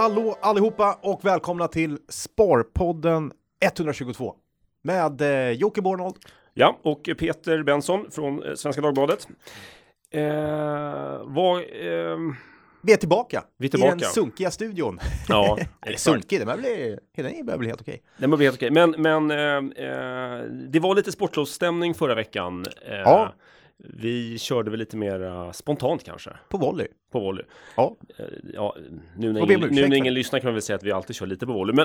Hallå allihopa och välkomna till Sparpodden 122 med Jocke Bornold. Ja, och Peter Benson från Svenska Dagbladet. Vi är tillbaka Vi är i tillbaka. den sunkiga studion. Ja, Sunkig, den blir helt okej. Det var helt okej. Men det var lite sportlovsstämning förra veckan. Ja. Vi körde väl lite mer spontant kanske. På volley. På volley. Ja. Ja, nu Får be om när ursäkt. ingen lyssnar kan man väl säga att vi alltid kör lite på volley.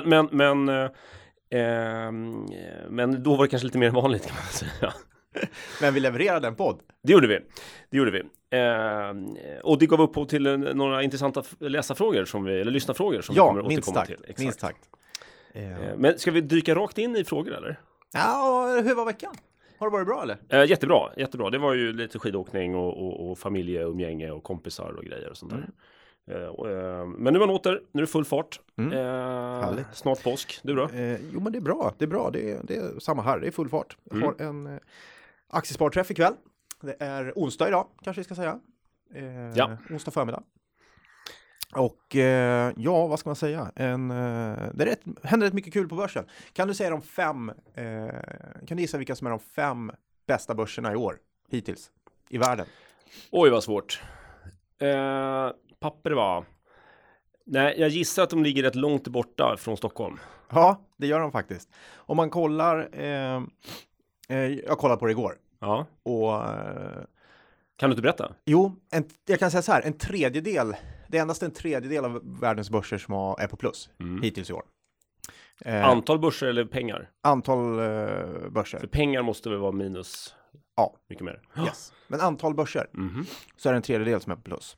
Men då var det kanske lite mer vanligt kan man säga. Men vi levererade en podd. Det gjorde vi. Och det gav upphov till några intressanta läsarfrågor eller lyssnarfrågor som vi kommer att återkomma till. Exakt. Minst sagt. Men ska vi dyka rakt in i frågor eller? Ja, hur var veckan? Har det varit bra eller? Jättebra. Det var ju lite skidåkning och familjeumgänge och kompisar och grejer och sånt där. Men nu är man åter, nu är det full fart. Snart påsk, du då? Jo men det är bra. Det är samma här, det är full fart. Jag har en aktiesparträff ikväll. Det är onsdag idag, kanske vi ska säga. Onsdag förmiddag. Och vad ska man säga? Händer rätt mycket kul på börsen. Kan du säga kan du gissa vilka som är de 5 bästa börserna i år hittills i världen? Oj vad svårt. Papper va? Nej, jag gissar att de ligger rätt långt borta från Stockholm. Ja, det gör de faktiskt. Om man kollar, jag kollade på det igår. Ja. Och kan du inte berätta? Jo, jag kan säga så här, det är endast en tredjedel av världens börser som är på plus hittills i år. Antal börser eller pengar? Antal börser. För pengar måste väl vara minus mycket mer. Yes. Men antal börser så är det en tredjedel som är på plus.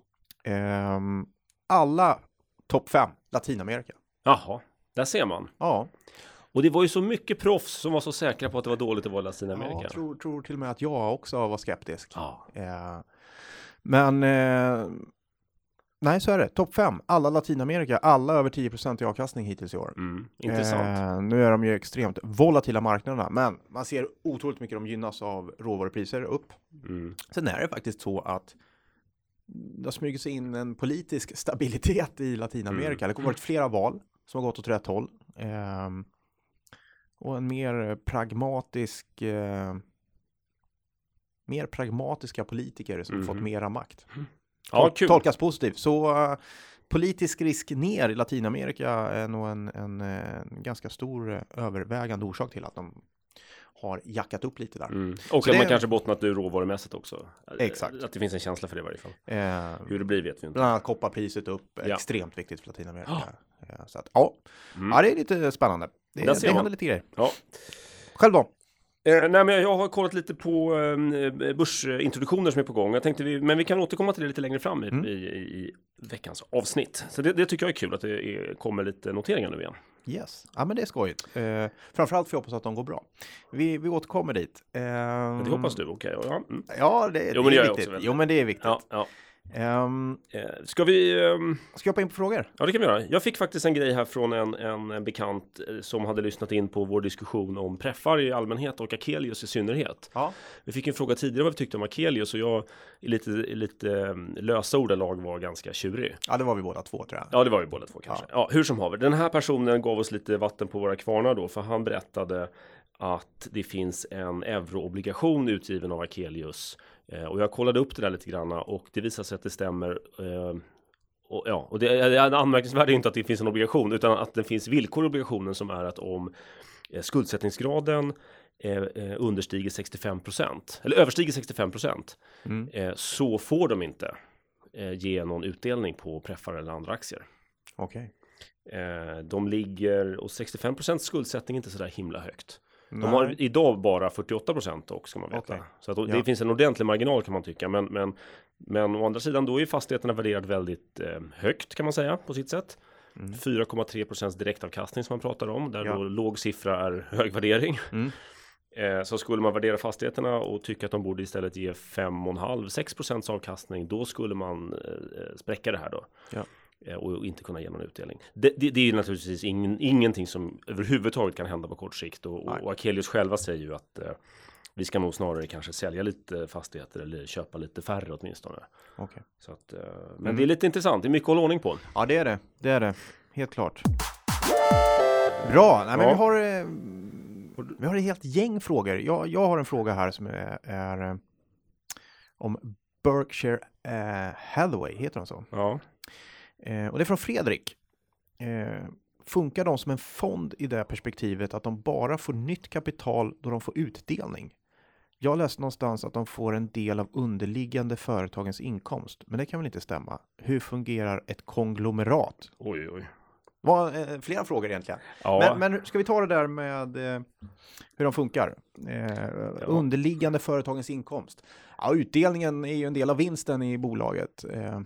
Alla topp 5 Latinamerika. Jaha, där ser man. Ja. Och det var ju så mycket proffs som var så säkra på att det var dåligt att vara i Latinamerika. Ja, tror till och med att jag också var skeptisk. Ja. Men nej, så är det. Topp 5. Alla Latinamerika. Alla över 10% i avkastning hittills i år. Intressant. Nu är de ju extremt volatila marknaderna. Men man ser otroligt mycket de gynnas av råvarupriser upp. Sen är det faktiskt så att det smyger sig in en politisk stabilitet i Latinamerika. Det har varit flera val som har gått åt rätt håll. Och en mer pragmatiska politiker som har fått mera makt. Ja, kul. Tolkas positivt. Så politisk risk ner i Latinamerika är nog en ganska stor övervägande orsak till att de har jackat upp lite där. Och så man kanske bottnat ur råvarumässigt också. Exakt. Att det finns en känsla för det i varje fall. Hur det blir vet vi inte. Bland annat kopparpriset upp. Extremt viktigt för Latinamerika. Så att, det är lite spännande. Det händer lite grejer. Ja. Själv då? Nej, men jag har kollat lite på börsintroduktioner som är på gång. Jag tänkte men vi kan återkomma till det lite längre fram i veckans avsnitt. Så det tycker jag är kul att det kommer lite noteringar nu igen. Yes, ja men det är skojigt. Framförallt för jag hoppas att de går bra. Vi återkommer dit. Det hoppas du, okej. Ja, ja det är viktigt. Jo, men det är viktigt. Ja. Ska jag hoppa in på frågor? Ja, det kan vi göra. Jag fick faktiskt en grej här från en bekant som hade lyssnat in på vår diskussion om preffar i allmänhet och Akelius i synnerhet. Ja. Vi fick en fråga tidigare vad vi tyckte om Akelius och jag i lite lösa ordalag var ganska tjurig. Ja, det var vi båda två tror jag. Ja, det var vi båda två kanske. Ja, hur som haver. Den här personen gav oss lite vatten på våra kvarnar då, för han berättade att det finns en euroobligation utgiven av Akelius. Och jag kollade upp det där lite grann och det visar sig att det stämmer. Och det är anmärkningsvärt inte att det finns en obligation utan att det finns villkor i obligationen som är att om skuldsättningsgraden understiger 65% eller överstiger 65% så får de inte ge någon utdelning på preffar eller andra aktier. Okej. De ligger, och 65% skuldsättning är inte så där himla högt. De har idag bara 48% och ska man veta. Okay. Så att det finns en ordentlig marginal kan man tycka. Men å andra sidan då är fastigheterna värderade väldigt högt kan man säga på sitt sätt. 4,3% direktavkastning som man pratar om. Där då låg siffra är hög värdering. Så skulle man värdera fastigheterna och tycka att de borde istället ge 5,5-6% avkastning. Då skulle man spräcka det här då. Ja. Och inte kunna ge någon utdelning. Det är naturligtvis ingenting som överhuvudtaget kan hända på kort sikt. Och Akelius själva säger ju att Vi ska nog snarare kanske sälja lite fastigheter eller köpa lite färre åtminstone. Okay. Så att, men det är lite intressant, det är mycket att hålla ordning på. Ja, det är det. Helt klart. Bra, nej, men vi har ett helt gäng frågor. Jag har en fråga här som är om Berkshire Hathaway, heter de så? Ja. Och det är från Fredrik. Funkar de som en fond i det perspektivet att de bara får nytt kapital då de får utdelning? Jag läste någonstans att de får en del av underliggande företagens inkomst, men det kan väl inte stämma. Hur fungerar ett konglomerat? Oj. Flera frågor egentligen. Ja. Men ska vi ta det där med hur de funkar? Underliggande företagens inkomst. Ja, utdelningen är ju en del av vinsten i bolaget.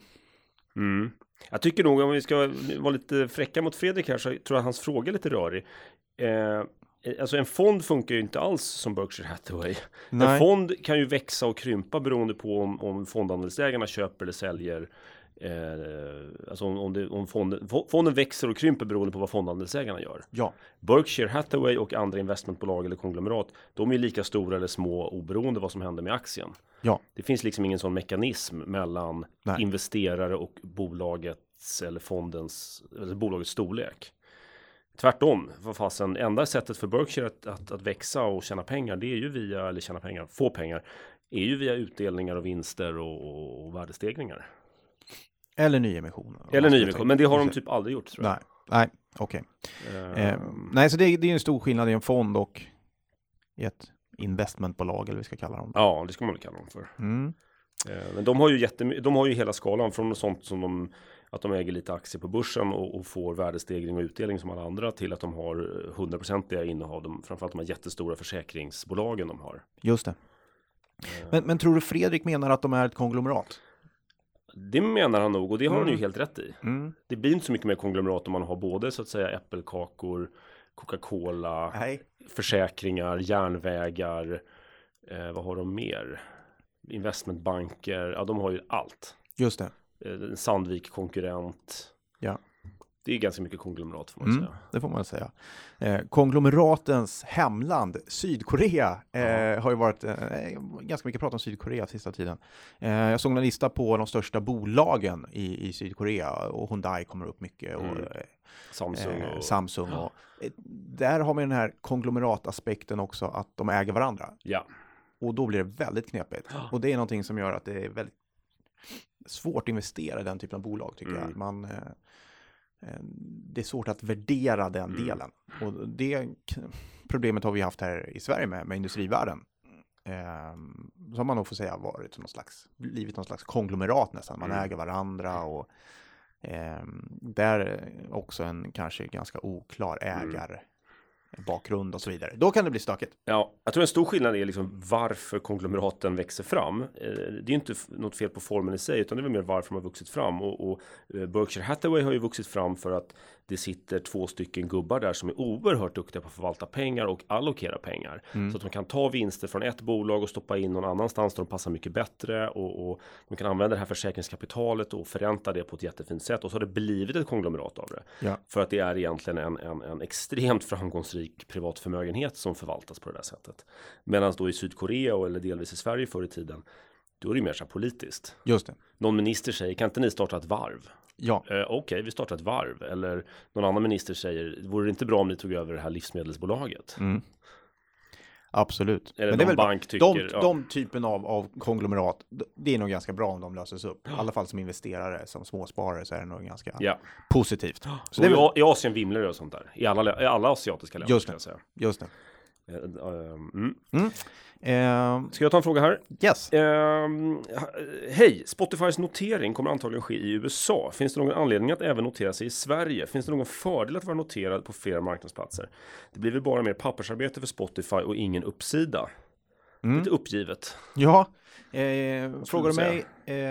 Jag tycker nog, om vi ska vara lite fräcka mot Fredrik här, så tror jag hans fråga är lite rörig. Alltså en fond funkar ju inte alls som Berkshire Hathaway. Nej. En fond kan ju växa och krympa beroende på om fondandelsägarna köper eller säljer. Alltså om fonden växer och krymper beroende på vad fondandelsägarna gör. Ja. Berkshire Hathaway och andra investmentbolag eller konglomerat, de är lika stora eller små oberoende vad som händer med aktien. Ja. Det finns liksom ingen sån mekanism mellan investerare och bolagets eller fondens eller bolagets storlek. Tvärtom, för fasen, enda sättet för Berkshire att växa och tjäna pengar, det är ju få pengar, är ju via utdelningar och vinster och värdestegringar. Eller nyemission. Men det har de typ aldrig gjort, tror jag. Nej, okej. Nej, så det är en stor skillnad i en fond och i ett investmentbolag, eller vad vi ska kalla dem. Ja, det ska man väl kalla dem för. Men de har ju hela skalan från sånt som att de äger lite aktier på börsen och får värdestegring och utdelning som alla andra, till att de har 100% innehav, framförallt de här jättestora försäkringsbolagen de har. Just det. Men tror du Fredrik menar att de är ett konglomerat? Det menar han nog, och det har han ju helt rätt i. Det blir inte så mycket mer konglomerat om man har både så att säga äppelkakor, Coca-Cola, försäkringar, järnvägar, vad har de mer? Investmentbanker, ja, de har ju allt. Just det. En Sandvik-konkurrent. Ja. Det är ganska mycket konglomerat, får man säga. Det får man säga. Konglomeratens hemland, Sydkorea, har ju varit ganska mycket prat om Sydkorea sista tiden. Jag såg en lista på de största bolagen i Sydkorea, och Hyundai kommer upp mycket. Och Samsung. Och, där har man den här konglomerataspekten också, att de äger varandra. Ja. Och då blir det väldigt knepigt. Och det är någonting som gör att det är väldigt svårt att investera i den typen av bolag, tycker jag. Det är svårt att värdera den delen. Och det problemet har vi haft här i Sverige med industrivärlden. Som man nog får säga varit blivit någon slags konglomerat nästan. Man äger varandra, och där också en kanske ganska oklar ägarbakgrund och så vidare. Då kan det bli stökigt. Ja, jag tror en stor skillnad är liksom varför konglomeraten växer fram. Det är inte något fel på formen i sig, utan det är väl mer varför de har vuxit fram. Och Berkshire Hathaway har ju vuxit fram för att det sitter 2 stycken gubbar där som är oerhört duktiga på att förvalta pengar och allokera pengar. Så att de kan ta vinster från ett bolag och stoppa in någon annanstans där de passar mycket bättre. Och de kan använda det här försäkringskapitalet och förränta det på ett jättefint sätt. Och så har det blivit ett konglomerat av det. Ja. För att det är egentligen en extremt framgångsrik privat förmögenhet som förvaltas på det där sättet. Medan då i Sydkorea eller delvis i Sverige förr i tiden, då är det mer så politiskt. Just det. Någon minister säger, kan inte ni starta ett varv? Ja. Okej, vi startar ett varv. Eller någon annan minister säger, vore det inte bra om ni tog över det här livsmedelsbolaget? Absolut. Eller men det är väl bank tycker, de typen av konglomerat, det är nog ganska bra om de löses upp. I alla fall som investerare, som småsparare, så är det nog ganska positivt. Så det är väl... I Asien vimlar det och sånt där. I alla asiatiska länder, just det. Ska jag säga. Just det. Ska jag ta en fråga här? Yes. Hej, Spotifys notering kommer antagligen ske i USA. Finns det någon anledning att även notera sig i Sverige? Finns det någon fördel att vara noterad på flera marknadsplatser? Det blir väl bara mer pappersarbete för Spotify och ingen uppsida. Lite uppgivet. Ja, frågar du mig?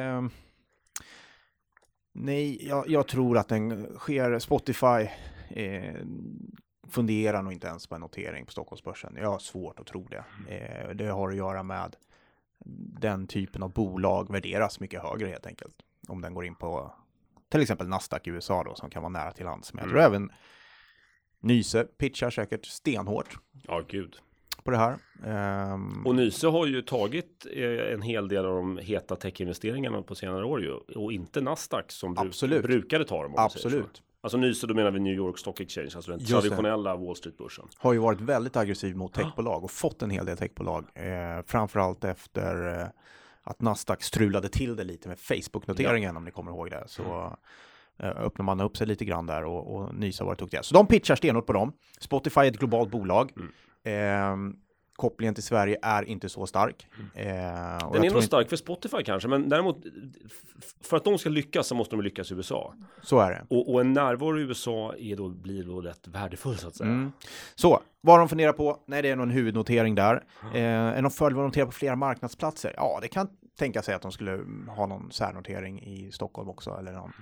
Nej, jag tror att den sker. Spotify funderar nog inte ens på en notering på Stockholmsbörsen. Jag har svårt att tro det. Det har att göra med den typen av bolag värderas mycket högre helt enkelt. Om den går in på till exempel Nasdaq i USA då, som kan vara nära till hands. Men jag tror även Nyse pitchar säkert stenhårt. Ja, gud. på det här. Och Nyse har ju tagit en hel del av de heta tech-investeringarna på senare år ju, och inte Nasdaq som brukade ta dem. Absolut. Alltså Nyse, då menar vi New York Stock Exchange, alltså den traditionella Wall Street-börsen. Har ju varit väldigt aggressiv mot techbolag och fått en hel del techbolag. Framförallt efter att Nasdaq strulade till det lite med Facebook-noteringen, om ni kommer ihåg det. Så öppnar man upp sig lite grann där och Nyse har varit duktiga. Så de pitchar stenhårt på dem. Spotify är ett globalt bolag. Kopplingen till Sverige är inte så stark. Den är nog stark för Spotify kanske, men däremot för att de ska lyckas så måste de lyckas i USA. Så är det. Och en närvaro i USA blir då rätt värdefull så att säga. Så, vad de funderar på? Nej, det är någon huvudnotering där. Är de följdnoterade på flera marknadsplatser? Ja, det kan tänka sig att de skulle ha någon särnotering i Stockholm också, eller någon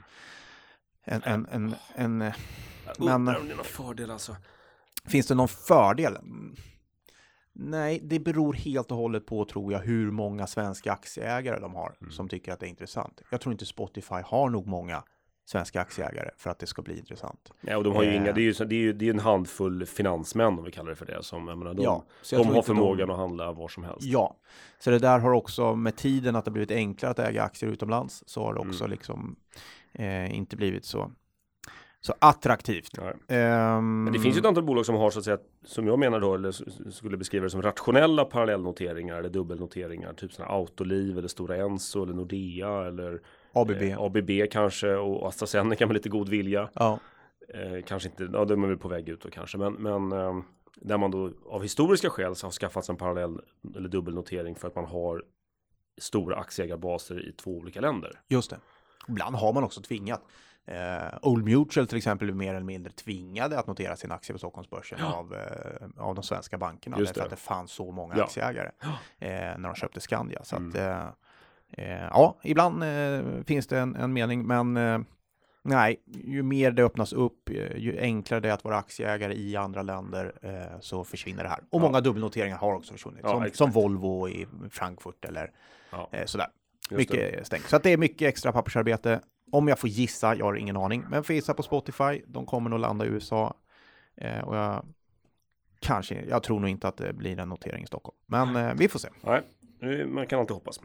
men undrar om det är någon fördel alltså. Finns det någon fördel? Nej, det beror helt och hållet på, tror jag, hur många svenska aktieägare de har som tycker att det är intressant. Jag tror inte Spotify har nog många svenska aktieägare för att det ska bli intressant. Ja, och de har ju inga, det är ju en handfull finansmän, om vi kallar det för det, som jag menar, de har förmågan att handla var som helst. Ja, så det där har också med tiden att det blivit enklare att äga aktier utomlands, så har det också liksom inte blivit så attraktivt. Men det finns ju ett antal bolag som har, så att säga, som jag menar då, eller skulle beskriva det som rationella parallellnoteringar eller dubbelnoteringar, typ sådana Autoliv eller Stora Enso eller Nordea eller ABB kanske, och AstraZeneca med lite god vilja. Ja. Kanske inte, ja, de är väl på väg ut då kanske, men där man då av historiska skäl så har skaffat en parallell eller dubbelnotering för att man har stora aktieägarbaser i 2 olika länder. Just det. Ibland har man också tvingat. Old Mutual till exempel är mer eller mindre tvingade att notera sin aktie på Stockholmsbörsen av de svenska bankerna. Därför att det fanns så många aktieägare när de köpte Skandia. Så att, ibland finns det en mening, men nej, ju mer det öppnas upp, ju enklare det är att vara aktieägare i andra länder, så försvinner det här. Och många dubbelnoteringar har också försvunnit, som Volvo i Frankfurt eller sådär. Mycket stängt. Så att det är mycket extra pappersarbete. Om jag får gissa, jag har ingen aning. Men får gissa på Spotify, de kommer nog landa i USA. Och jag tror nog inte att det blir en notering i Stockholm. Men vi får se. Nej, man kan alltid hoppas.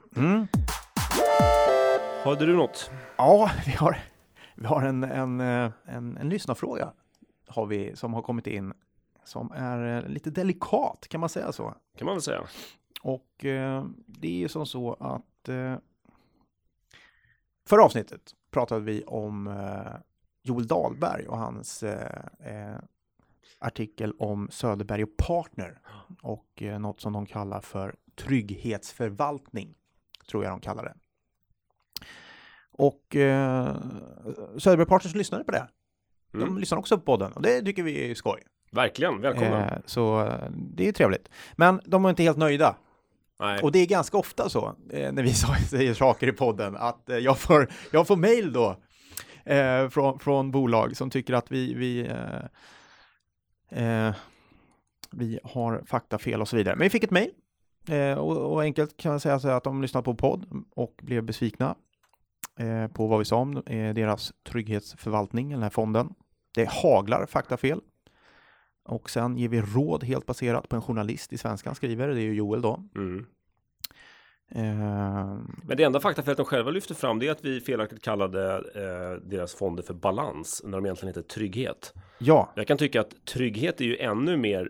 Hade du något? Ja, vi har en lyssnarfråga som har kommit in. Som är lite delikat, kan man säga så? Kan man väl säga. Och det är ju som så att förra avsnittet pratade vi om Joel Dahlberg och hans artikel om Söderberg och Partner och något som de kallar för trygghetsförvaltning, tror jag de kallar det. Och Söderberg Partners lyssnade på det. De lyssnar också på podden och det tycker vi är skoj. Verkligen, välkomna. Så det är trevligt. Men de var inte helt nöjda. Nej. Och det är ganska ofta så när vi säger saker i podden att jag får mejl då från bolag som tycker att vi har faktafel och så vidare. Men vi fick ett mejl och enkelt kan man säga så att de lyssnade på podd och blev besvikna på vad vi sa om deras trygghetsförvaltning, den här fonden. Det haglar faktafel. Och sen ger vi råd helt baserat på en journalist i Svenskan skriver, det är ju Joel då. Men det enda faktafelet de själva lyfter fram, det är att vi felaktigt kallade deras fonder för balans när de egentligen heter trygghet. Ja. Jag kan tycka att trygghet är ju ännu mer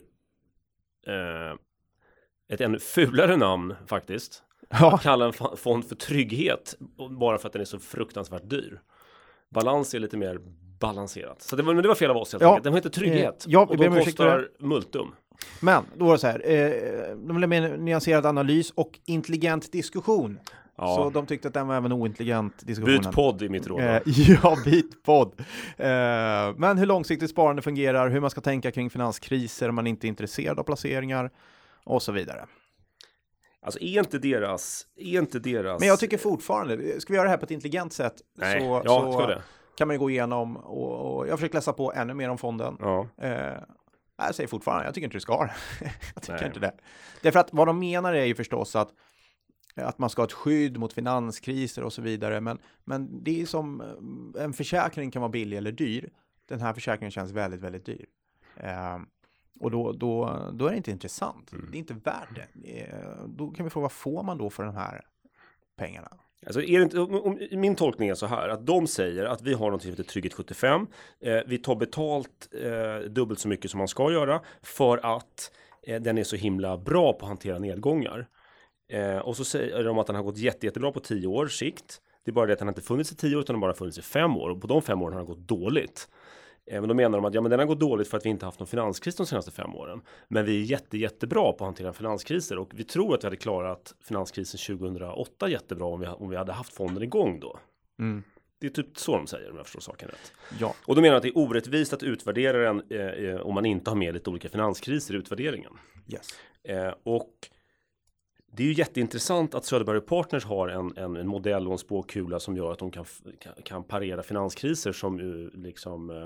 ett ännu fulare namn faktiskt. Att kalla en fond för trygghet bara för att den är så fruktansvärt dyr. Balans är lite mer balanserat. Så det var fel av oss helt enkelt. Den heter trygghet. Och de kostar multum. Men då var det så här. De ville med en nyanserad analys och intelligent diskussion. Ja. Så de tyckte att den var även ointelligent diskussionen. Byt podd i mitt råd. Ja, byt podd. Men hur långsiktigt sparande fungerar, hur man ska tänka kring finanskriser om man inte är intresserad av placeringar och så vidare. Alltså är inte deras... Men jag tycker fortfarande, ska vi göra det här på ett intelligent sätt? Nej, så kan man ju gå igenom och jag försöker läsa på ännu mer om fonden. Ja. Jag säger fortfarande, jag tycker inte du ska det. Jag tycker inte det. Därför att vad de menar är ju förstås att man ska ha ett skydd mot finanskriser och så vidare. Men det är som en försäkring kan vara billig eller dyr. Den här försäkringen känns väldigt, väldigt dyr. Och då är det inte intressant. Det är inte värt det. Då kan vi fråga, vad får man då för de här pengarna? Alltså är det inte, min tolkning är så här, att de säger att vi har något som heter Trygghet 75. Vi tar betalt dubbelt så mycket som man ska göra för att den är så himla bra på att hantera nedgångar. Och så säger de att den har gått jättebra på 10 års sikt. Det är bara det att den inte funnits i 10 år utan den bara funnits i 5 år. Och på de 5 åren har den gått dåligt. Men då menar de att men den har gått dåligt för att vi inte haft någon finanskris de senaste 5 åren. Men vi är jättebra på att hantera finanskriser. Och vi tror att vi hade klarat finanskrisen 2008 jättebra om vi hade haft fonden igång då. Det är typ så de säger, om jag förstår saken rätt. Ja. Och då menar de att det är orättvist att utvärdera den om man inte har med lite olika finanskriser i utvärderingen. Yes. Och det är ju jätteintressant att Söderberg & Partners har en modell och en spåkula som gör att de kan parera finanskriser som liksom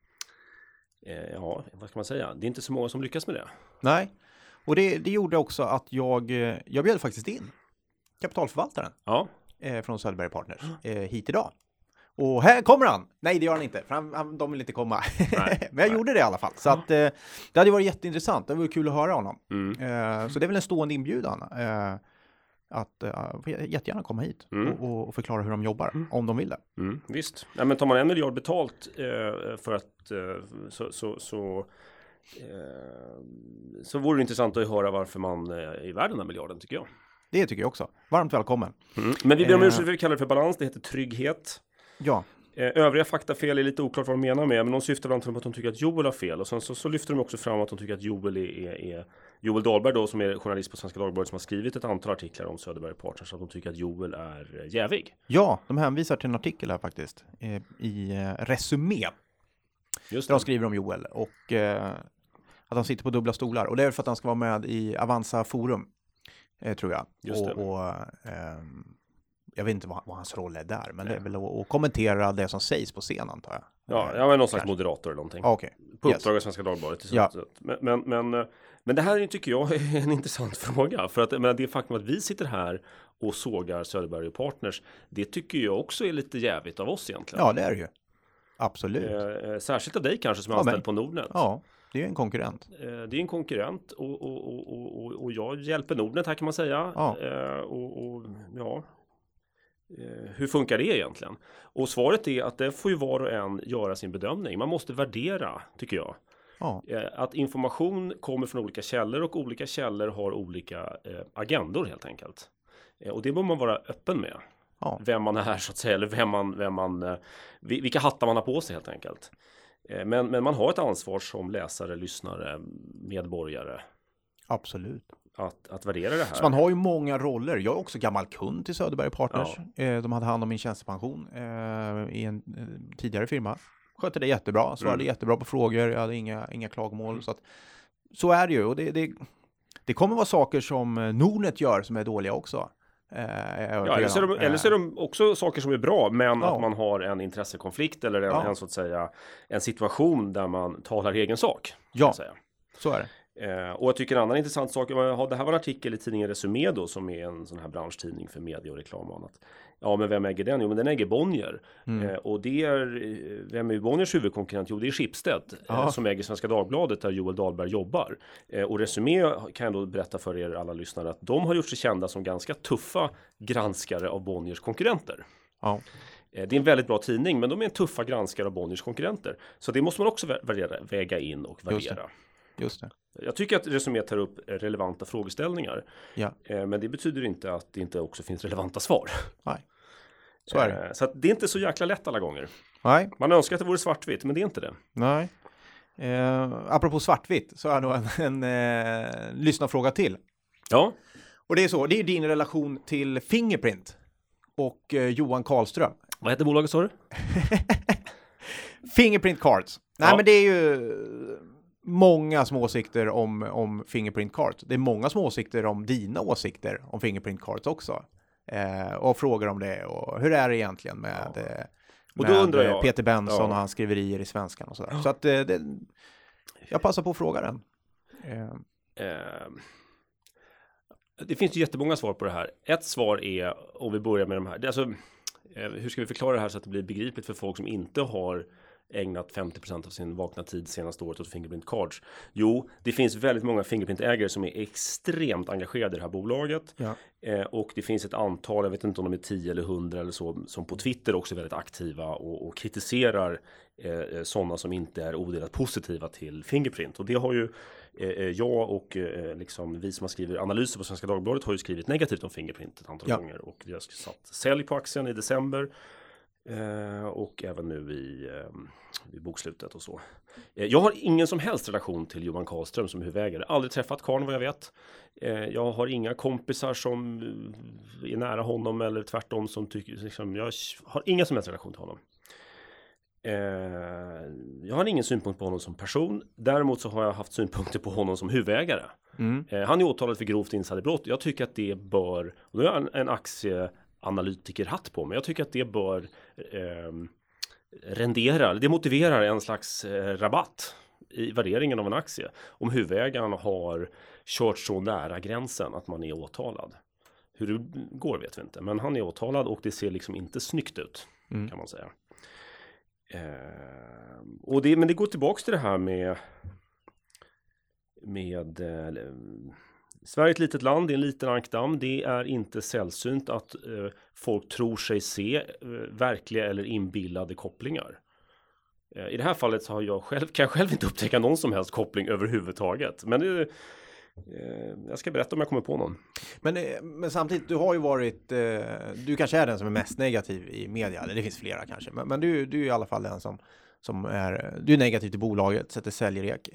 vad ska man säga? Det är inte så många som lyckas med det. Nej, och det gjorde också att jag bjöd faktiskt in kapitalförvaltaren från Söderberg & Partners hit idag. Och här kommer han! Nej, det gör han inte, för de vill inte komma. Men jag gjorde det i alla fall. Så att, det hade varit jätteintressant. Det var kul att höra honom. Så det är väl en stående inbjudan att jättegärna komma hit och förklara hur de jobbar, om de vill det. Visst. Ja, men tar man 1 miljard betalt för att så vore det intressant att höra varför man är värd den här miljarden, tycker jag. Det tycker jag också. Varmt välkommen. Men vi ber om ursäkt för vi kallar det för balans. Det heter trygghet. Ja. Övriga faktafel är lite oklart vad de menar med, men de syftar bland annat på att de tycker att Joel har fel. Och sen så lyfter de också fram att de tycker att Joel är Joel Dahlberg då, som är journalist på Svenska Dagbladet, som har skrivit ett antal artiklar om Söderberg & Partners, att de tycker att Joel är jävig. Ja, de hänvisar till en artikel här faktiskt i Resumé. Just det. Där de skriver om Joel och att han sitter på dubbla stolar. Och det är för att han ska vara med i Avanza Forum, tror jag. Just det. Och jag vet inte vad hans roll är där, men det är väl att kommentera det som sägs på scen, antar jag. Ja, men någon slags moderator eller någonting. Okay. På uppdrag av Svenska Dagbladet. Ja. Men det här tycker jag är en intressant fråga. För att det faktum att vi sitter här och sågar Söderberg & Partners, det tycker jag också är lite jävigt av oss egentligen. Ja, det är det ju. Absolut. Särskilt av dig kanske som är anställd på Nordnet. Ja, det är en konkurrent. Det är en konkurrent och jag hjälper Nordnet här, kan man säga. Hur funkar det egentligen? Och svaret är att det får ju var och en göra sin bedömning. Man måste värdera, tycker jag. Att information kommer från olika källor och olika källor har olika agendor helt enkelt. Och det bör man vara öppen med. Vem man är, så att säga, eller vilka hattar man har på sig helt enkelt. Men man har ett ansvar som läsare, lyssnare, medborgare. Absolut. Att värdera det här. Så man har ju många roller. Jag är också gammal kund till Söderberg & Partners. De hade hand om min tjänstepension i en tidigare firma. Skötte det jättebra. Svarade jättebra på frågor. Jag hade inga klagomål. Så är det ju. Och det kommer vara saker som Nordnet gör som är dåliga också. Eller så är de också saker som är bra, men att man har en intressekonflikt eller en så att säga en situation där man talar egen sak. Ja, så är det. Och jag tycker en annan intressant sak, det här var en artikel i tidningen Resumé då, som är en sån här branschtidning för media och reklam och annat. Ja, men vem äger den? Jo, men den äger Bonnier. Och det är, vem är Bonniers huvudkonkurrent? Jo, det är Schibsted som äger Svenska Dagbladet, där Joel Dahlberg jobbar. Och Resumé kan jag då berätta för er alla lyssnare att de har gjort sig kända som ganska tuffa granskare av Bonniers konkurrenter. Ja. Det är en väldigt bra tidning, men de är tuffa granskare av Bonniers konkurrenter. Så det måste man också väga in och värdera. Just det. Jag tycker att Resumé tar upp relevanta frågeställningar. Ja. Men det betyder inte att det inte också finns relevanta svar. Nej. Så är det. Så att det är inte så jäkla lätt alla gånger. Nej. Man önskar att det vore svartvitt, men det är inte det. Nej. Apropå svartvitt så har jag nog en lyssnarfråga till. Ja. Och det är så, det är din relation till Fingerprint och Johan Karlström. Vad heter bolaget, sa du? Fingerprint Cards. Nej, men det är ju många små åsikter om Fingerprint Cards. Det är många små åsikter om dina åsikter om Fingerprint Cards också. Och frågor om det. Och hur är det egentligen med, och då undrar jag, Peter Benson och hans skriverier i Svenskan och sådär. Så att jag passar på att fråga den. Det finns ju jättemånga svar på det här. Ett svar är, om vi börjar med de här. Alltså, hur ska vi förklara det här så att det blir begripligt för folk som inte har ägnat 50% av sin vakna tid senaste året åt Fingerprint Cards? Jo, det finns väldigt många Fingerprint-ägare som är extremt engagerade i det här bolaget. Ja. Och det finns ett antal, jag vet inte om de är 10 eller 100 eller så, som på Twitter också är väldigt aktiva och kritiserar sådana som inte är odelat positiva till Fingerprint. Och det har ju jag och liksom vi som har skrivit analyser på Svenska Dagbladet har ju skrivit negativt om Fingerprint ett antal gånger. Och vi har satt sälj på aktien i december. Och även nu vid bokslutet och så. Jag har ingen som helst relation till Johan Karlström som huvudägare. Aldrig träffat karln vad jag vet. Jag har inga kompisar som är nära honom eller tvärtom som tycker liksom, jag har ingen som helst relation till honom. Jag har ingen synpunkt på honom som person. Däremot så har jag haft synpunkter på honom som huvudägare. Han är åtalad för grovt insiderbrott. Jag tycker att det bör, och nu är jag en aktieanalytikerhatt på, men jag tycker att det bör rendera, det motiverar en slags rabatt i värderingen av en aktie om huvudägaren har kört så nära gränsen att man är åtalad. Hur det går vet vi inte, men han är åtalad och det ser liksom inte snyggt ut kan man säga. Men det går tillbaks till det här med Sverige är ett litet land, det är en liten ankdamm. Det är inte sällsynt att folk tror sig se verkliga eller inbillade kopplingar. I det här fallet så kan jag själv inte upptäcka någon som helst koppling överhuvudtaget. Men jag ska berätta om jag kommer på någon. Men samtidigt, du har ju varit, du kanske är den som är mest negativ i media, eller det finns flera kanske. Men du är i alla fall den som är, du är negativ till bolaget, sätter säljerek.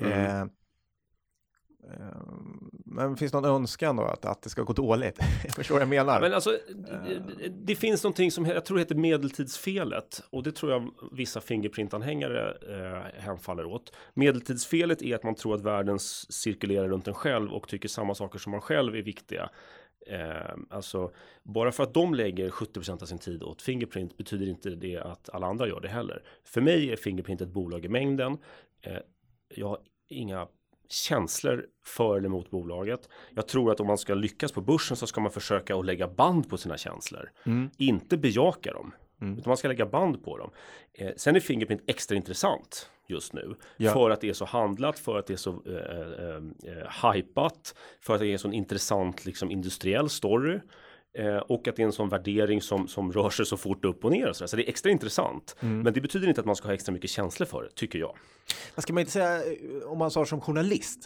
Men finns någon önskan då att det ska gå dåligt? Jag förstår vad jag menar. Men alltså, det finns någonting som jag tror heter medeltidsfelet. Och det tror jag vissa Fingerprint-anhängare hemfaller åt. Medeltidsfelet är att man tror att världen cirkulerar runt en själv och tycker samma saker som man själv är viktiga. Alltså, bara för att de lägger 70% av sin tid åt Fingerprint betyder inte det att alla andra gör det heller. För mig är Fingerprint ett bolag i mängden. Jag har inga känslor för eller emot bolaget. Jag tror att om man ska lyckas på börsen så ska man försöka att lägga band på sina känslor. Inte bejaka dem. Utan man ska lägga band på dem. Sen är Fingerprint extra intressant just nu. För att det är så handlat, för att det är så hypat, för att det är så en intressant liksom, industriell story. Och att det är en sån värdering som rör sig så fort upp och ner. Så det är extra intressant. Men det betyder inte att man ska ha extra mycket känslor för det, tycker jag. Vad ska man inte säga om man sa som journalist?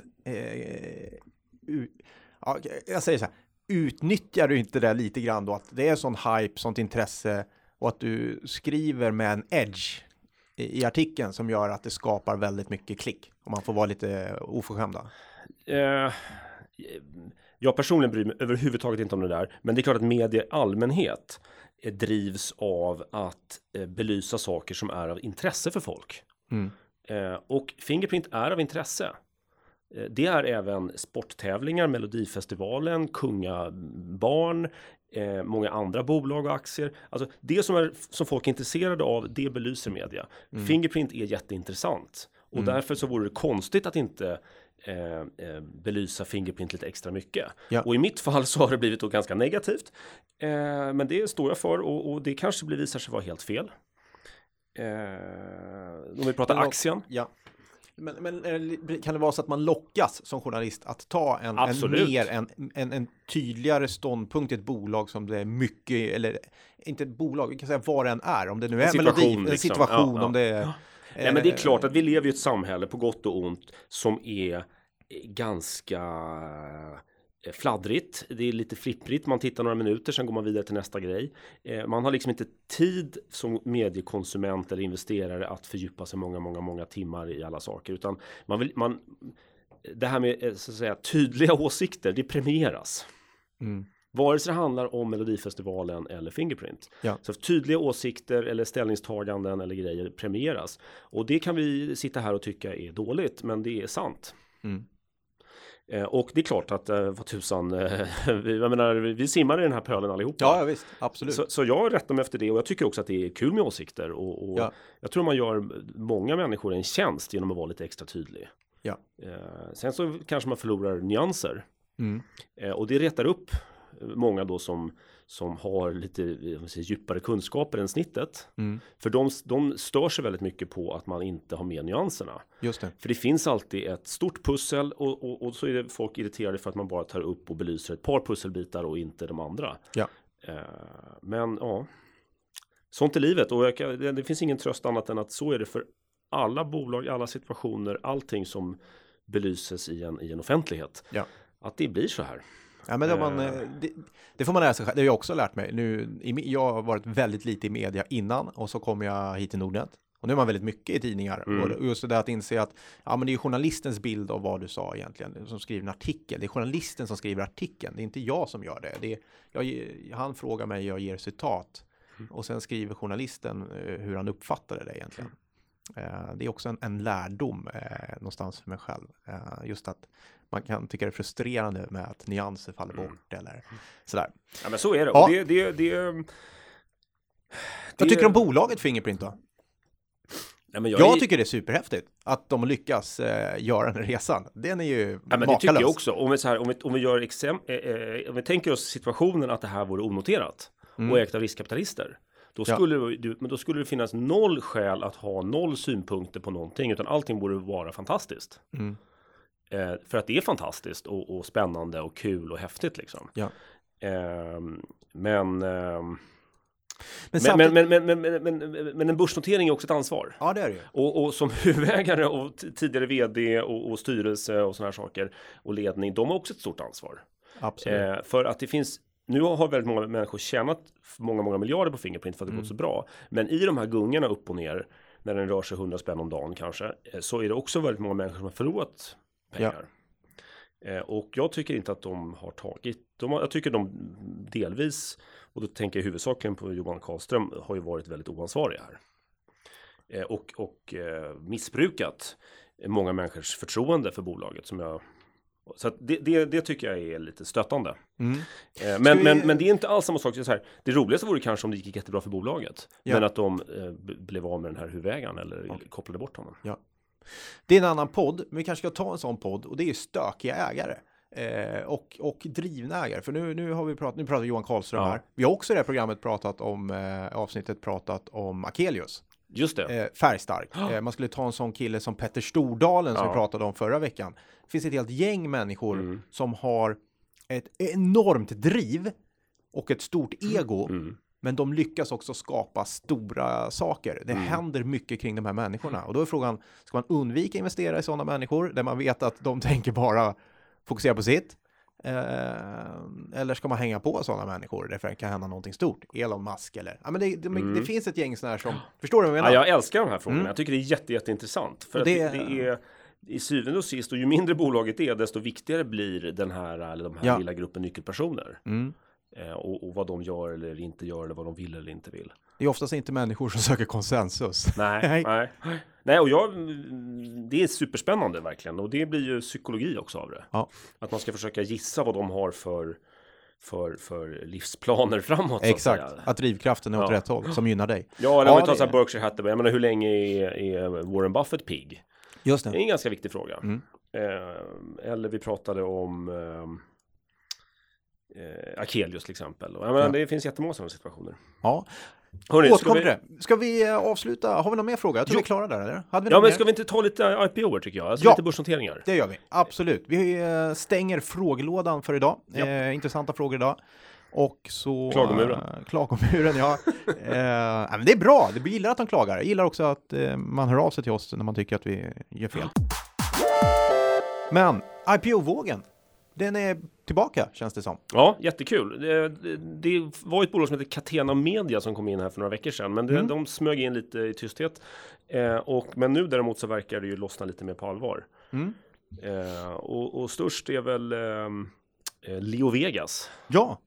Jag säger så här. Utnyttjar du inte det lite grann då? Att det är sån hype, sånt intresse och att du skriver med en edge i artikeln som gör att det skapar väldigt mycket klick. Om man får vara lite oförskämda. Jag personligen bryr mig överhuvudtaget inte om det där. Men det är klart att media i allmänhet drivs av att belysa saker som är av intresse för folk. Och Fingerprint är av intresse. Det är även sporttävlingar, Melodifestivalen, Kungabarn, många andra bolag och aktier. Alltså det som folk är intresserade av, det belyser media. Fingerprint är jätteintressant. Och därför så vore det konstigt att inte belysa Fingerprint lite extra mycket. Och i mitt fall så har det blivit då ganska negativt. Men det står jag för och det kanske visar sig vara helt fel. Om vi pratar aktien. Ja. Men kan det vara så att man lockas som journalist att ta en tydligare ståndpunkt i ett bolag som det är mycket, eller inte ett bolag, vi kan säga vad den är, om det nu är en situation om det är... Nej, men det är klart att vi lever i ett samhälle på gott och ont som är ganska fladdrigt. Det är lite flipprigt. Man tittar några minuter, sen går man vidare till nästa grej. Man har liksom inte tid som mediekonsument eller investerare att fördjupa sig många timmar i alla saker. Utan det här med så att säga, tydliga åsikter, det premieras. Vare sig det handlar om Melodifestivalen eller Fingerprint. Så tydliga åsikter eller ställningstaganden eller grejer premieras. Och det kan vi sitta här och tycka är dåligt, men det är sant. Och det är klart att vad tusan, vi simmar i den här pölen allihopa. Ja, visst, absolut. Så jag rättar mig efter det, och jag tycker också att det är kul med åsikter. Och jag tror man gör många människor en tjänst genom att vara lite extra tydlig. Sen så kanske man förlorar nyanser. Och det retar upp många då som som har lite djupare kunskaper än snittet. Mm. För de stör sig väldigt mycket på att man inte har med nyanserna. Just det. För det finns alltid ett stort pussel och så är det folk irriterade för att man bara tar upp och belyser ett par pusselbitar och inte de andra. Ja. Men ja, sånt är livet och det finns ingen tröst annat än att så är det för alla bolag, alla situationer, allting som belyses i en offentlighet. Ja. Att det blir så här. Ja, men det får man lära sig själv. Det har jag också lärt mig. Jag har varit väldigt lite i media innan och så kom jag hit till Nordnet. Och nu är man väldigt mycket i tidningar. Och just det där att inse att men det är journalistens bild av vad du sa egentligen. Som skriver en artikel. Det är journalisten som skriver artikeln. Det är inte jag som gör det. Han frågar mig, jag ger citat. Och sen skriver journalisten hur han uppfattade det egentligen. Det är också en lärdom någonstans för mig själv. Just att man kan tycka det är frustrerande med att nyanser faller bort eller sådär. Ja, men så är det. Ja. Och Vad tycker du om bolaget Fingerprint då? Ja, men jag tycker det är superhäftigt att de lyckas göra den resan. Den är ju men det tycker jag också. Om vi tänker oss situationen att det här vore onoterat och ägt av riskkapitalister. Då skulle det finnas noll skäl att ha noll synpunkter på någonting, utan allting borde vara fantastiskt. För att det är fantastiskt och spännande och kul och häftigt liksom. Ja. Men en börsnotering är också ett ansvar. Ja, det är det ju. Och som huvudägare och tidigare vd och styrelse och såna här saker och ledning, de har också ett stort ansvar. Absolut. För att det finns, nu har väldigt många människor tjänat många miljarder på Fingerprint för att det gått så bra. Men i de här gungorna upp och ner, när den rör sig 100 spänn om dagen kanske, så är det också väldigt många människor som har förlorat pengar. Ja. Och jag tycker inte att de har tagit, jag tycker de delvis, och då tänker jag huvudsakligen på Johan Karlström, har ju varit väldigt oansvariga här. Och missbrukat många människors förtroende för bolaget som jag. Så att det tycker jag är lite stötande. Men det är inte alls samma sak. Så här, det roligaste vore kanske om det gick jättebra för bolaget. Ja. Men att de blev av med den här huvudägaren eller kopplade bort honom. Ja. Det är en annan podd, men vi kanske ska ta en sån podd. Och det är stökiga ägare. Och drivna ägare. För nu pratar Johan Karlström här. Vi har också i det här programmet pratat om Akelius. Just det. Färgstark. Man skulle ta en sån kille som Petter Stordalen som vi pratade om förra veckan. Det finns ett helt gäng människor som har ett enormt driv och ett stort ego. Men de lyckas också skapa stora saker. Det händer mycket kring de här människorna. Och då är frågan, ska man undvika investera i sådana människor där man vet att de tänker bara fokusera på sitt? Eller ska man hänga på sådana människor därför det kan hända någonting stort? Elon Musk eller? Ja, men det finns ett gäng sådana här som, förstår du vad jag menar? Ja, jag älskar de här frågorna. Jag tycker det är jätteintressant. För att det är i syvende och sist, och ju mindre bolaget är, desto viktigare blir den här, eller de här lilla gruppen nyckelpersoner. Och vad de gör eller inte gör, eller vad de vill eller inte vill. Det är oftast inte människor som söker konsensus. Nej, och det är superspännande verkligen. Och det blir ju psykologi också av det. Ja. Att man ska försöka gissa vad de har för livsplaner framåt. Exakt, att drivkraften är åt rätt håll, som gynnar dig. Ja, eller om vi tar så här Berkshire Hathaway. Jag menar, hur länge är Warren Buffett pigg? Just det. Det är en ganska viktig fråga. Eller vi pratade om Akelius till exempel. Det finns jättemånga sådana situationer. Ja. Hörrni, ska vi avsluta? Har vi någon mer fråga? Jag tror vi är klara där, eller? Men ska vi inte ta lite IPO tycker jag? Alltså lite börsnoteringar. Det gör vi. Absolut. Vi stänger frågelådan för idag. Intressanta frågor idag. Och så... Klagomuren, ja. Men det är bra. Det gillar att de klagar. Jag gillar också att man hör av sig till oss när man tycker att vi gör fel. Men IPO-vågen, den är tillbaka, känns det som. Ja, jättekul. Det var ett bolag som heter Catena Media som kom in här för några veckor sedan. Men de smög in lite i tysthet. Men nu däremot så verkar det ju lossna lite mer på allvar. Och störst är väl Leo Vegas. Ja.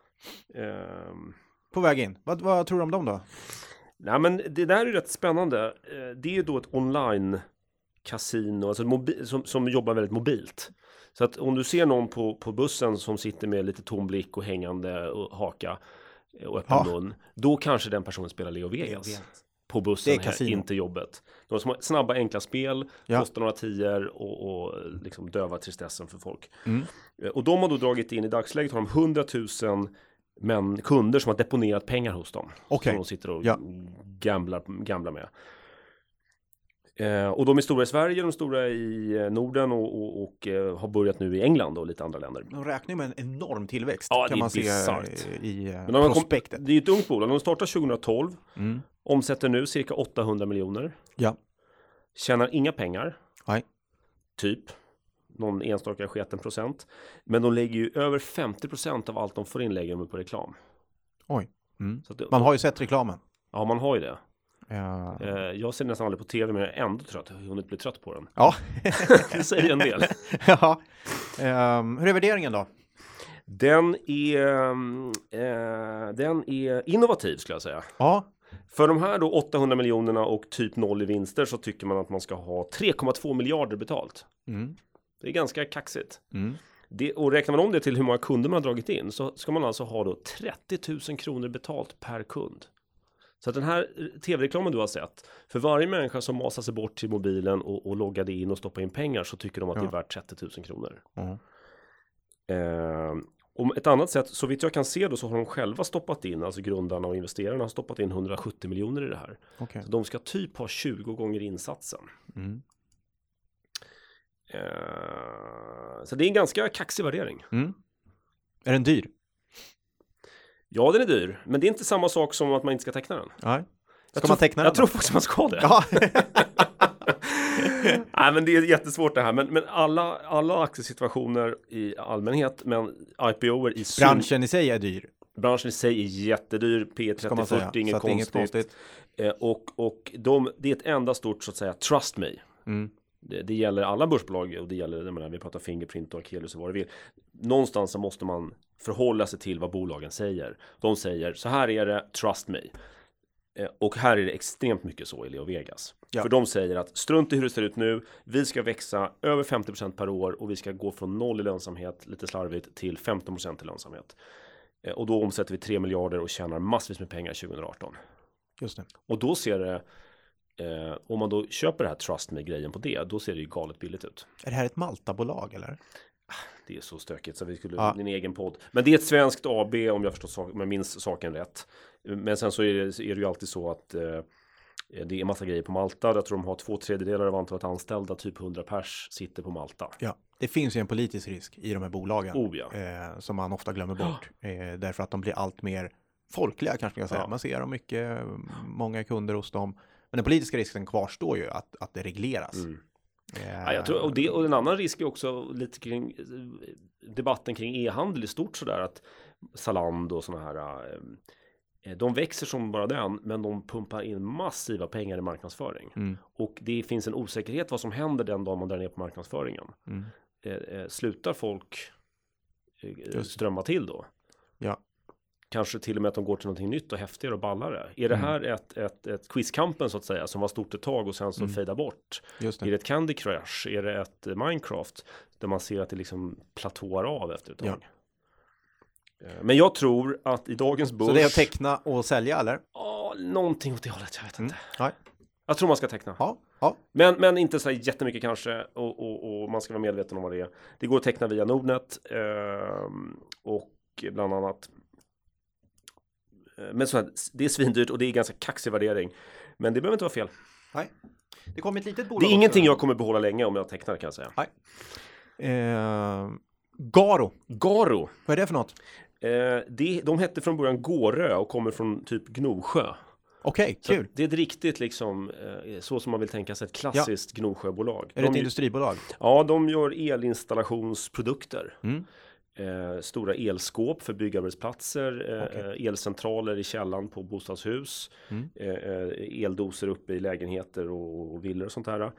På väg in. Vad tror du om dem då? Nej, men det där är rätt spännande. Det är då ett online-kasino alltså som jobbar väldigt mobilt. Så att om du ser någon på bussen som sitter med lite tom blick och hängande och haka och öppen mun, då kanske den personen spelar Leo Vegas på bussen här, inte jobbet. De som har snabba, enkla spel, kostar några tior och liksom dövar tristessen för folk. Och de har då dragit in, i dagsläget har de 100 000 Men kunder som har deponerat pengar hos dem. Okay. Som de sitter och gamblar med. Och de är stora i Sverige, de är stora i Norden och har börjat nu i England och lite andra länder. De räknar med en enorm tillväxt, ja, kan man se i prospektet. Det är ett ungt bolag, de startar 2012, omsätter nu cirka 800 miljoner. Ja. Tjänar inga pengar. Nej. Typ. Någon enstaka sketen procent. Men de lägger ju över 50% av allt de får in lägger de på reklam. Oj. Man har ju sett reklamen. Ja, man har ju det. Ja. Jag ser nästan aldrig på tv, men jag är ändå trött. Jag har hunnit bli trött på den. Ja. Det säger en del. Ja. Hur är värderingen då? Den är innovativ, skulle jag säga. Ja. För de här då 800 miljonerna och typ 0 i vinster så tycker man att man ska ha 3,2 miljarder betalt. Det är ganska kaxigt. Och räknar man om det till hur många kunder man har dragit in så ska man alltså ha då 30 000 kronor betalt per kund. Så att den här tv-reklamen du har sett, för varje människa som masar sig bort till mobilen och loggade in och stoppar in pengar så tycker de att det är värt 30 000 kronor. Om ett annat sätt, så vitt jag kan se då, så har de själva stoppat in, alltså grundarna och investerarna har stoppat in 170 miljoner i det här. Okay. Så de ska typ ha 20 gånger insatsen. Så det är en ganska kaxig värdering. Är den dyr? Ja, den är dyr. Men det är inte samma sak som att man inte ska teckna den. Nej. Ska man teckna den? Jag tror faktiskt man ska det. Ja. Nej, men det är jättesvårt det här. Men alla aktiesituationer i allmänhet, men IPO:er i branschen i sig är dyr. Branschen i sig är jättedyr. P30-40, inget konstigt. Och det är ett enda stort, så att säga, trust me. Det gäller alla börsbolag och det gäller, vi pratar Fingerprint och Akelius och vad det vill. Någonstans så måste man förhålla sig till vad bolagen säger. De säger, så här är det, trust me. Och här är det extremt mycket så i Leo Vegas. Ja. För de säger att strunt i hur det ser ut nu, vi ska växa över 50% per år och vi ska gå från 0 i lönsamhet, lite slarvigt, till 15% i lönsamhet. Och då omsätter vi 3 miljarder och tjänar massvis med pengar 2018. Just det. Och då ser det, om man då köper det här trust me-grejen på det, då ser det ju galet billigt ut. Är det här ett Malta-bolag eller? Det är så stökigt så vi skulle ha en egen podd. Men det är ett svenskt AB om jag förstår men minns saken rätt. Men sen så är det ju alltid så att det är massa grejer på Malta. Jag tror de har 2/3 av antalet anställda, typ 100 pers sitter på Malta. Ja, det finns ju en politisk risk i de här bolagen som man ofta glömmer bort. Därför att de blir allt mer folkliga kanske jag säga. Man ser dem mycket, många kunder hos dem. Men den politiska risken kvarstår ju att det regleras. Ja, jag tror, och en annan risk är också lite kring debatten kring e-handel i stort sådär att Zalando och såna här de växer som bara den, men de pumpar in massiva pengar i marknadsföring. Och det finns en osäkerhet vad som händer den dag man drar ner på marknadsföringen. Slutar folk strömma till då? Ja. Kanske till och med att de går till någonting nytt och häftigare och ballare. Är det här ett quizkampen så att säga som var stort ett tag och sen så fejdar bort? Är det ett Candy Crush? Är det ett Minecraft? Där man ser att det liksom platåar av efter ett tag. Ja. Men jag tror att i dagens börs... Så det är att teckna och sälja eller? Ja, någonting åt det hållet, jag vet inte. Nej. Jag tror man ska teckna. Ja. Men inte så jättemycket kanske och man ska vara medveten om vad det är. Det går att teckna via Nordnet och bland annat. Men så här, det är svindyrt och det är ganska kaxig värdering. Men det behöver inte vara fel. Nej. Det kommer ett litet bolag. Det är ingenting jag kommer behålla länge om jag tecknar kan jag säga. Nej. Garo. Vad är det för något? De hette från början Gårö och kommer från typ Gnosjö. Okej, kul. Det är ett riktigt liksom så som man vill tänka sig ett klassiskt Gnosjöbolag. Är det ett industribolag? Ja, de gör elinstallationsprodukter. Stora elskåp för byggarbetsplatser, elcentraler i källan på bostadshus, eldoser uppe i lägenheter och villor och sånt här.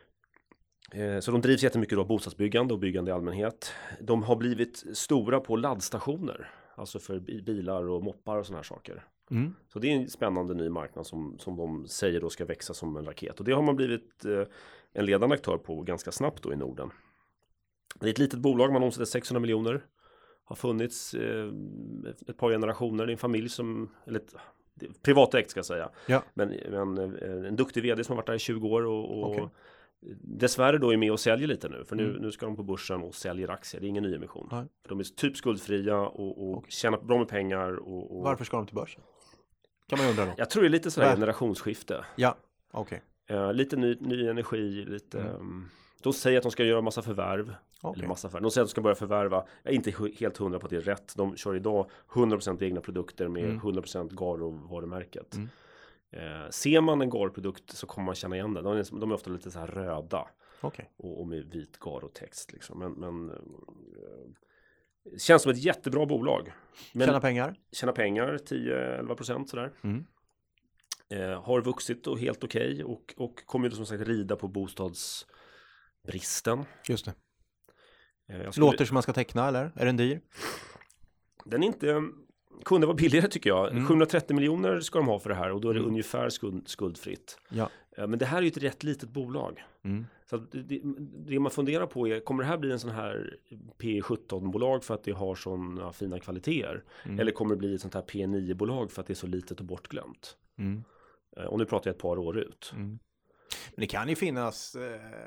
Så de drivs jättemycket av bostadsbyggande och byggande i allmänhet. De har blivit stora på laddstationer, alltså för bilar och moppar och såna här saker. Så det är en spännande ny marknad som de säger då ska växa som en raket. Och det har man blivit en ledande aktör på ganska snabbt då i Norden. Det är ett litet bolag, man omsätter 600 miljoner. Har funnits ett par generationer. Det är en familj som, eller privatägt ska jag säga. Ja. Men en duktig vd som har varit där i 20 år och dessvärre då är med och säljer lite nu. För nu ska de på börsen och säljer aktier. Det är ingen nyemission. För de är typ skuldfria och tjänar bra med pengar. Och... Varför ska de till börsen? Kan man undra då. Jag tror det är lite sådär generationsskifte. Ja, okej. Lite ny energi, lite... De säger att de ska göra massa förvärv. Eller massa förvärv. De säger att de ska börja förvärva. Jag är inte helt 100 på att det är rätt. De kör idag 100% egna produkter med 100% Garo-varumärket. Ser man en Garo-produkt så kommer man känna igen den. De är ofta lite så här röda. Och med vit Garo-text liksom. Men känns som ett jättebra bolag. Tjäna pengar? Tjäna pengar, 10-11% sådär. Har vuxit och helt okej. Och kommer ju som sagt rida på bostadsbristen. Just det. Låter som man ska teckna, eller? Är den dyr? Den är inte... Kunde vara billigare tycker jag. 730 miljoner ska de ha för det här. Och då är det ungefär skuldfritt. Ja. Men det här är ju ett rätt litet bolag. Så att det man funderar på är, kommer det här bli en sån här P17-bolag för att det har såna fina kvaliteter? Eller kommer det bli ett sånt här P9-bolag för att det är så litet och bortglömt? Och nu pratar jag ett par år ut. Men det kan ju finnas...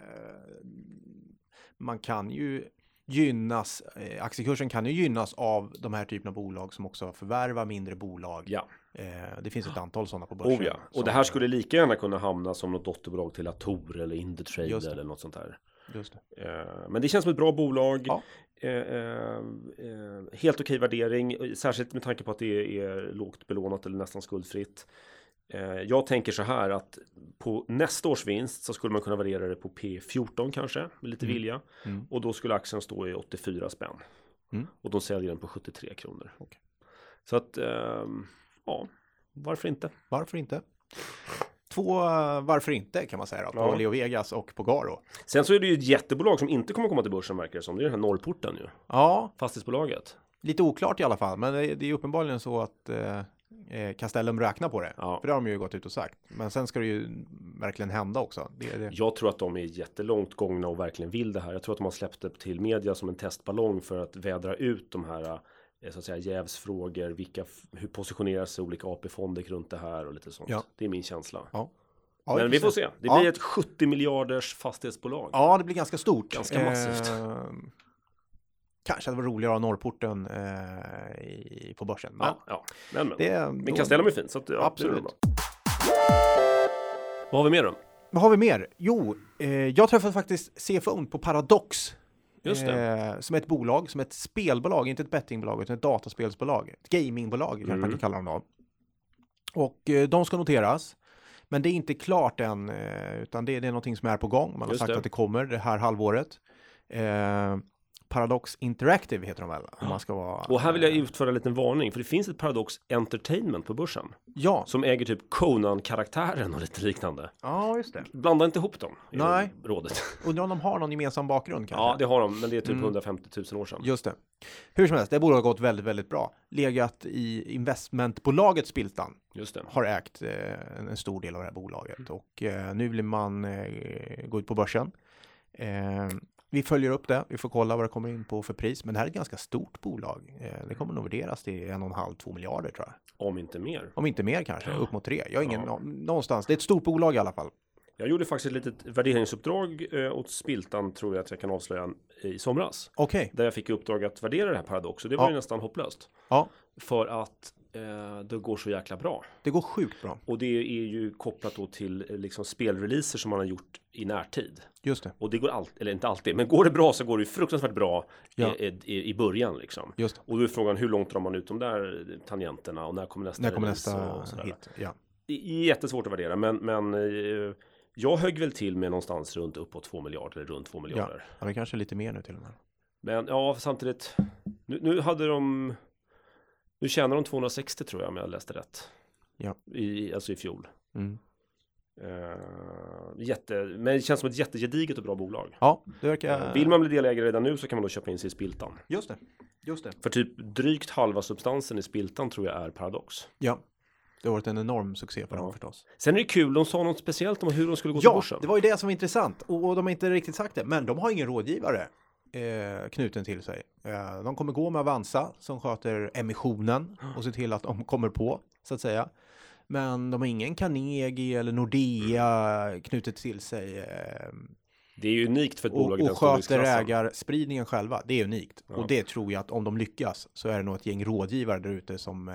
man kan ju gynnas... aktiekursen kan ju gynnas av de här typerna av bolag som också förvärvar mindre bolag. Ja. Det finns ett antal sådana på börsen. Ja. Och det här skulle lika gärna kunna hamna som något dotterbolag till Ator eller Indutrade eller något sånt här. Just det. Men det känns som ett bra bolag. Helt okej värdering. Särskilt med tanke på att det är lågt belånat eller nästan skuldfritt. Jag tänker så här att på nästa års vinst så skulle man kunna värdera det på P14 kanske, med lite vilja. Och då skulle aktien stå i 84 spänn. Och de säljer den på 73 kronor. Så att, ja, varför inte? Varför inte? 2 varför inte kan man säga då, på Leo Vegas och på Garo. Sen så är det ju ett jättebolag som inte kommer komma till börsen verkar det som. Det är den här Norrporten ju. Ja. Fastighetsbolaget. Lite oklart i alla fall, men det är uppenbarligen så att Castellum räknar på det. För det har de ju gått ut och sagt. Men sen ska det ju verkligen hända också. Jag tror att de är jättelångt gångna och verkligen vill det här. Jag tror att de har släppt det till media som en testballong för att vädra ut de här så att säga jävsfrågor. Hur positionerar sig olika AP-fonder runt det här och lite sånt. Det är min känsla. Men vi får se. Det blir ett 70 miljarders fastighetsbolag. Ja, det blir ganska stort. Ganska massivt. Kanske det var roligare att ha Norrporten på börsen. Men, men Castellum är fint. Så att, absolut. Vad har vi mer då? Vad har vi mer? Jo, jag träffade faktiskt CFO:n på Paradox. Just det. Som ett bolag, som ett spelbolag, inte ett bettingbolag utan ett dataspelsbolag. Ett gamingbolag kan man kalla dem då. Och de ska noteras. Men det är inte klart än, utan det är någonting som är på gång. Man har sagt att det kommer det här halvåret. Paradox Interactive heter de väl? Om man ska vara, och här vill jag utföra en liten varning. För det finns ett Paradox Entertainment på börsen. Ja. Som äger typ Conan-karaktären och lite liknande. Ja, just det. Blanda inte ihop dem i rådet. Undrar om de har någon gemensam bakgrund kanske? Ja, det har de. Men det är typ 150 000 år sedan. Just det. Hur som helst, det bolaget har gått väldigt, väldigt bra. Legat i investmentbolaget Spiltan. Just det. Har ägt en stor del av det här bolaget. Och nu vill man gå ut på börsen. Vi följer upp det. Vi får kolla vad det kommer in på för pris. Men det här är ett ganska stort bolag. Det kommer nog värderas till 1,5-2 miljarder tror jag. Om inte mer. Om inte mer kanske. Upp mot 3. Jag har ingen någonstans. Det är ett stort bolag i alla fall. Jag gjorde faktiskt ett litet värderingsuppdrag åt Spiltan, tror jag att jag kan avslöja, i somras. Okej. Där jag fick i uppdrag att värdera det här Paradox. Och det var ju nästan hopplöst. Ja. För att det går så jäkla bra. Det går sjukt bra. Och det är ju kopplat då till liksom spelreleaser som man har gjort i närtid. Just det. Och det går eller inte alltid, men går det bra så går det ju fruktansvärt bra i början liksom. Just det. Och då är frågan, hur långt drar man ut de där tangenterna och när kommer nästa hit? Ja. Det är jättesvårt att värdera, men jag högg väl till med någonstans runt uppåt 2 miljarder, eller runt 2 miljarder. Ja, det är kanske lite mer nu till och med. Men ja, samtidigt, nu hade de... Nu tjänar de 260 tror jag, om jag läste rätt. Ja. Alltså i fjol. Men det känns som ett jättegediget och bra bolag. Ja, det verkar... Vill man bli delägare redan nu så kan man då köpa in sig i Spiltan. Just det. För typ drygt halva substansen i Spiltan tror jag är Paradox. Ja, det har varit en enorm succé för dem förstås. Sen är det kul, de sa något speciellt om hur de skulle gå till börsen. Ja, det var ju det som var intressant. Och de har inte riktigt sagt det, men de har ingen rådgivare knuten till sig. De kommer gå med Avanza som sköter emissionen och ser till att de kommer på, så att säga. Men de har ingen Carnegie eller Nordea knutet till sig. Det är ju unikt för ett bolag i den och sköter storleksklassen. ägarspridningen själva, det är unikt. Ja. Och det tror jag att om de lyckas så är det nog ett gäng rådgivare där ute som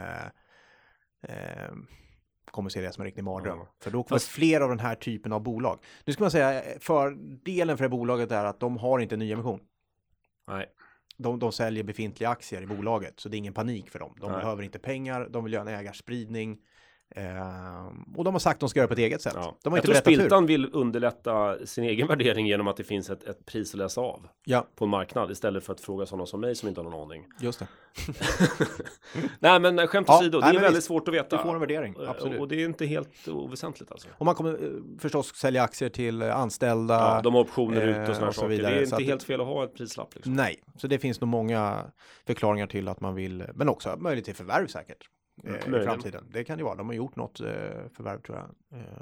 kommer se det som en riktig mardröm. Ja. För då kommer fler av den här typen av bolag. Nu ska man säga, fördelen för det bolaget är att de har inte nyemission. Nej. De säljer befintliga aktier i bolaget, så det är ingen panik för dem. De behöver inte pengar, de vill göra en ägarspridning. Och de har sagt att de ska göra på ett eget sätt. Ja. De har jag tror Spiltan vill underlätta sin egen värdering genom att det finns ett pris att läsa av på en marknad istället för att fråga sådana som mig som inte har någon aning. Just det. Nej, men skämt åsido, det är väldigt svårt att veta. Du får en värdering, absolut. Och det är inte helt oväsentligt alltså. Och man kommer förstås sälja aktier till anställda. Ja, de har optioner ut och sådana och så saker. vidare. Det är inte helt fel att ha ett prislapp. Liksom. Nej, så det finns nog många förklaringar till att man vill, men också möjlighet till förvärv säkert. I framtiden. Det kan det vara. De har gjort något förvärv tror jag.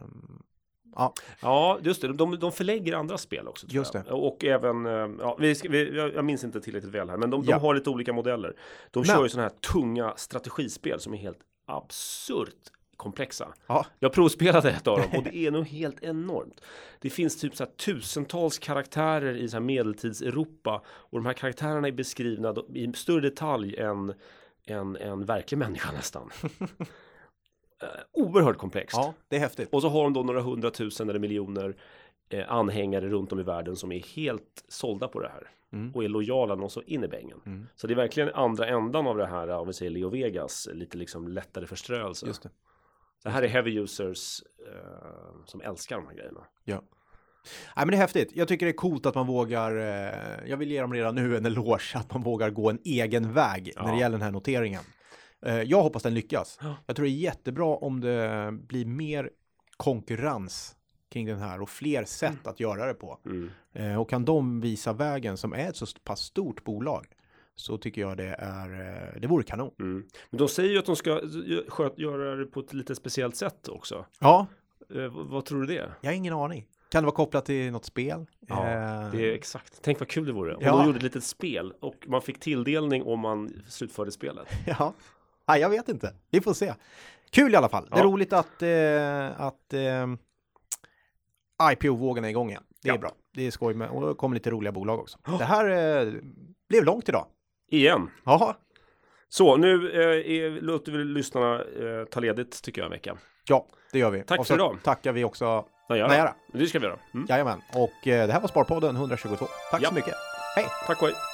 Ja, just det. De förlägger andra spel också. Just det. Och även, jag minns inte tillräckligt väl här, men de har lite olika modeller. De kör ju sådana här tunga strategispel som är helt absurt komplexa. Ja. Jag provspelade ett av dem och det är nog helt enormt. Det finns typ så här tusentals karaktärer i så här medeltids-Europa och de här karaktärerna är beskrivna i större detalj än en verklig människa nästan. Oerhört komplext. Ja, det är häftigt. Och så har de då några 100 000 eller miljoner anhängare runt om i världen som är helt sålda på det här. Och är lojala någon så in i bängen. Så det är verkligen andra ändan av det här, om vi säger Leo Vegas, lite liksom lättare förströelse. Just det. Det här är heavy users som älskar de här grejerna. Ja. Nej, men det är häftigt. Jag tycker det är coolt att man vågar, jag vill ge dem redan nu en eloge, att man vågar gå en egen väg när det gäller den här noteringen. Jag hoppas den lyckas. Jag tror det är jättebra om det blir mer konkurrens kring den här och fler sätt att göra det på. Och kan de visa vägen som är ett så pass stort bolag, så tycker jag det vore kanon. Men de säger ju att de ska göra det på ett lite speciellt sätt också. Ja. Vad tror du det? Jag har ingen aning. Kan det vara kopplat till något spel? Ja, det är exakt. Tänk vad kul det vore. Om de gjorde ett litet spel och man fick tilldelning om man slutförde spelet. Ja. Nej, jag vet inte. Vi får se. Kul i alla fall. Det är roligt att IPO-vågen är igång igen. Det är bra. Det är skoj med, och det kommer lite roliga bolag också. Det här blev långt idag. Igen. Jaha. Så, nu låter vi lyssnarna ta ledigt tycker jag en vecka. Ja, det gör vi. Tack för idag. Tackar vi också Nära. Det ska vi göra. Jajamän. Och det här var Sparpodden 122. Tack så mycket. Hej. Tack och hej.